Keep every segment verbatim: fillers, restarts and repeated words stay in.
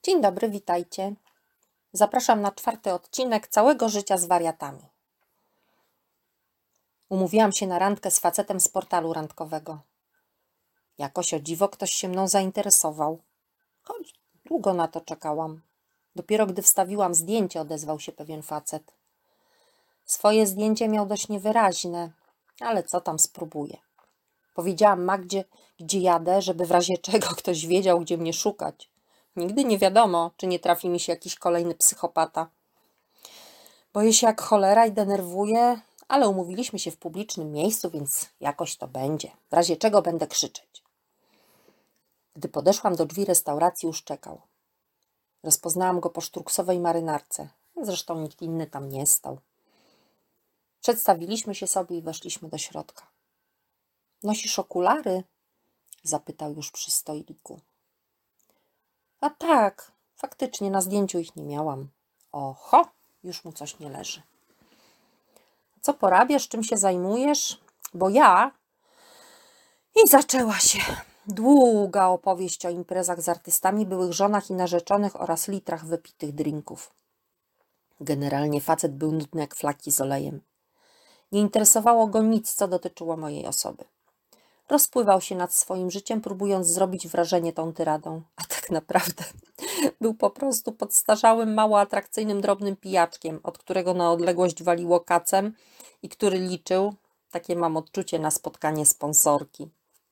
Dzień dobry, witajcie. Zapraszam na czwarty odcinek Całego życia z wariatami. Umówiłam się na randkę z facetem z portalu randkowego. Jakoś o dziwo ktoś się mną zainteresował. Choć długo na to czekałam. Dopiero gdy wstawiłam zdjęcie, odezwał się pewien facet. Swoje zdjęcie miał dość niewyraźne, ale co tam, spróbuję. Powiedziałam Magdzie, gdzie jadę, żeby w razie czego ktoś wiedział, gdzie mnie szukać. Nigdy nie wiadomo, czy nie trafi mi się jakiś kolejny psychopata. Boję się jak cholera i denerwuję, ale umówiliśmy się w publicznym miejscu, więc jakoś to będzie. W razie czego będę krzyczeć. Gdy podeszłam do drzwi restauracji, już czekał. Rozpoznałam go po sztruksowej marynarce. Zresztą nikt inny tam nie stał. Przedstawiliśmy się sobie i weszliśmy do środka. Nosisz okulary? Zapytał już przy stoliku. A tak, faktycznie na zdjęciu ich nie miałam. Oho, już mu coś nie leży. Co porabiasz, czym się zajmujesz? Bo ja... I zaczęła się długa opowieść o imprezach z artystami, byłych żonach i narzeczonych oraz litrach wypitych drinków. Generalnie facet był nudny jak flaki z olejem. Nie interesowało go nic, co dotyczyło mojej osoby. Rozpływał się nad swoim życiem, próbując zrobić wrażenie tą tyradą. A tak naprawdę był po prostu podstarzałym, mało atrakcyjnym, drobnym pijaczkiem, od którego na odległość waliło kacem i który liczył, takie mam odczucie, na spotkanie sponsorki.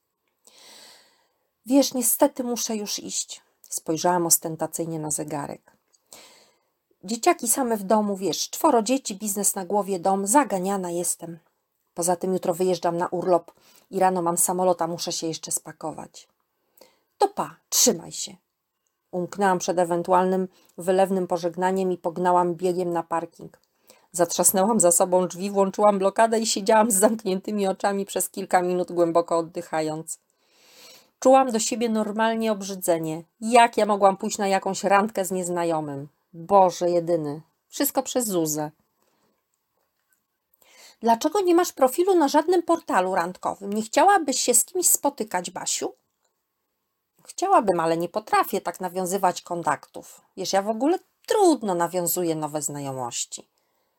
Wiesz, niestety muszę już iść. Spojrzałam ostentacyjnie na zegarek. Dzieciaki same w domu, wiesz, czworo dzieci, biznes na głowie, dom, zaganiana jestem. Poza tym jutro wyjeżdżam na urlop i rano mam samolot, a muszę się jeszcze spakować. To pa, trzymaj się. Umknęłam przed ewentualnym wylewnym pożegnaniem i pognałam biegiem na parking. Zatrzasnęłam za sobą drzwi, włączyłam blokadę i siedziałam z zamkniętymi oczami przez kilka minut, głęboko oddychając. Czułam do siebie normalnie obrzydzenie. Jak ja mogłam pójść na jakąś randkę z nieznajomym? Boże jedyny. Wszystko przez Zuzę. Dlaczego nie masz profilu na żadnym portalu randkowym? Nie chciałabyś się z kimś spotykać, Basiu? Chciałabym, ale nie potrafię tak nawiązywać kontaktów. Wiesz, ja w ogóle trudno nawiązuję nowe znajomości.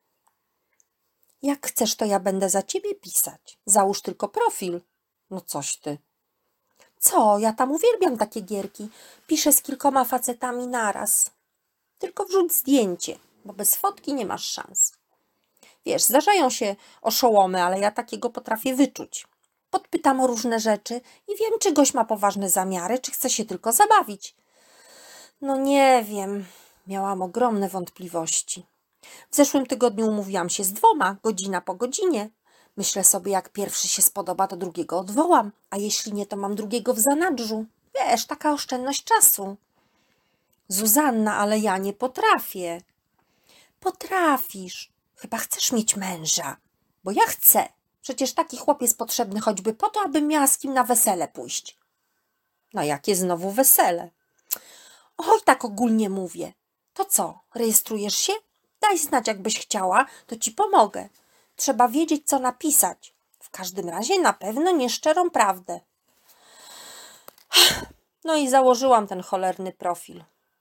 Jak chcesz, to ja będę za ciebie pisać. Załóż tylko profil. No coś ty. Co? Ja tam uwielbiam takie gierki. Piszę z kilkoma facetami naraz. Tylko wrzuć zdjęcie, bo bez fotki nie masz szans. Wiesz, zdarzają się oszołomy, ale ja takiego potrafię wyczuć. Podpytam o różne rzeczy i wiem, czy gość ma poważne zamiary, czy chce się tylko zabawić. No nie wiem, miałam ogromne wątpliwości. W zeszłym tygodniu umówiłam się z dwoma, godzina po godzinie. Myślę sobie, jak pierwszy się spodoba, to drugiego odwołam, a jeśli nie, to mam drugiego w zanadrzu. Wiesz, taka oszczędność czasu. Zuzanna, ale ja nie potrafię. Potrafisz. Chyba chcesz mieć męża. Bo ja chcę. Przecież taki chłop jest potrzebny choćby po to, abym miała z kim na wesele pójść. No jakie znowu wesele? Oj, tak ogólnie mówię. To co, rejestrujesz się? Daj znać, jakbyś chciała, to ci pomogę. Trzeba wiedzieć, co napisać. W każdym razie na pewno nieszczerą prawdę. No i założyłam ten cholerny profil.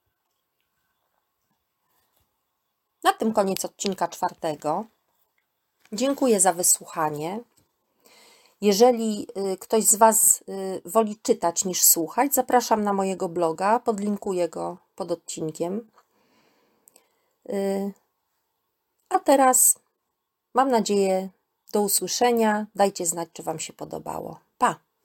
Na tym koniec odcinka czwartego. Dziękuję za wysłuchanie. Jeżeli y, ktoś z Was y, woli czytać niż słuchać, zapraszam na mojego bloga, podlinkuję go pod odcinkiem. Y, a teraz mam nadzieję, do usłyszenia. Dajcie znać, czy Wam się podobało. Pa!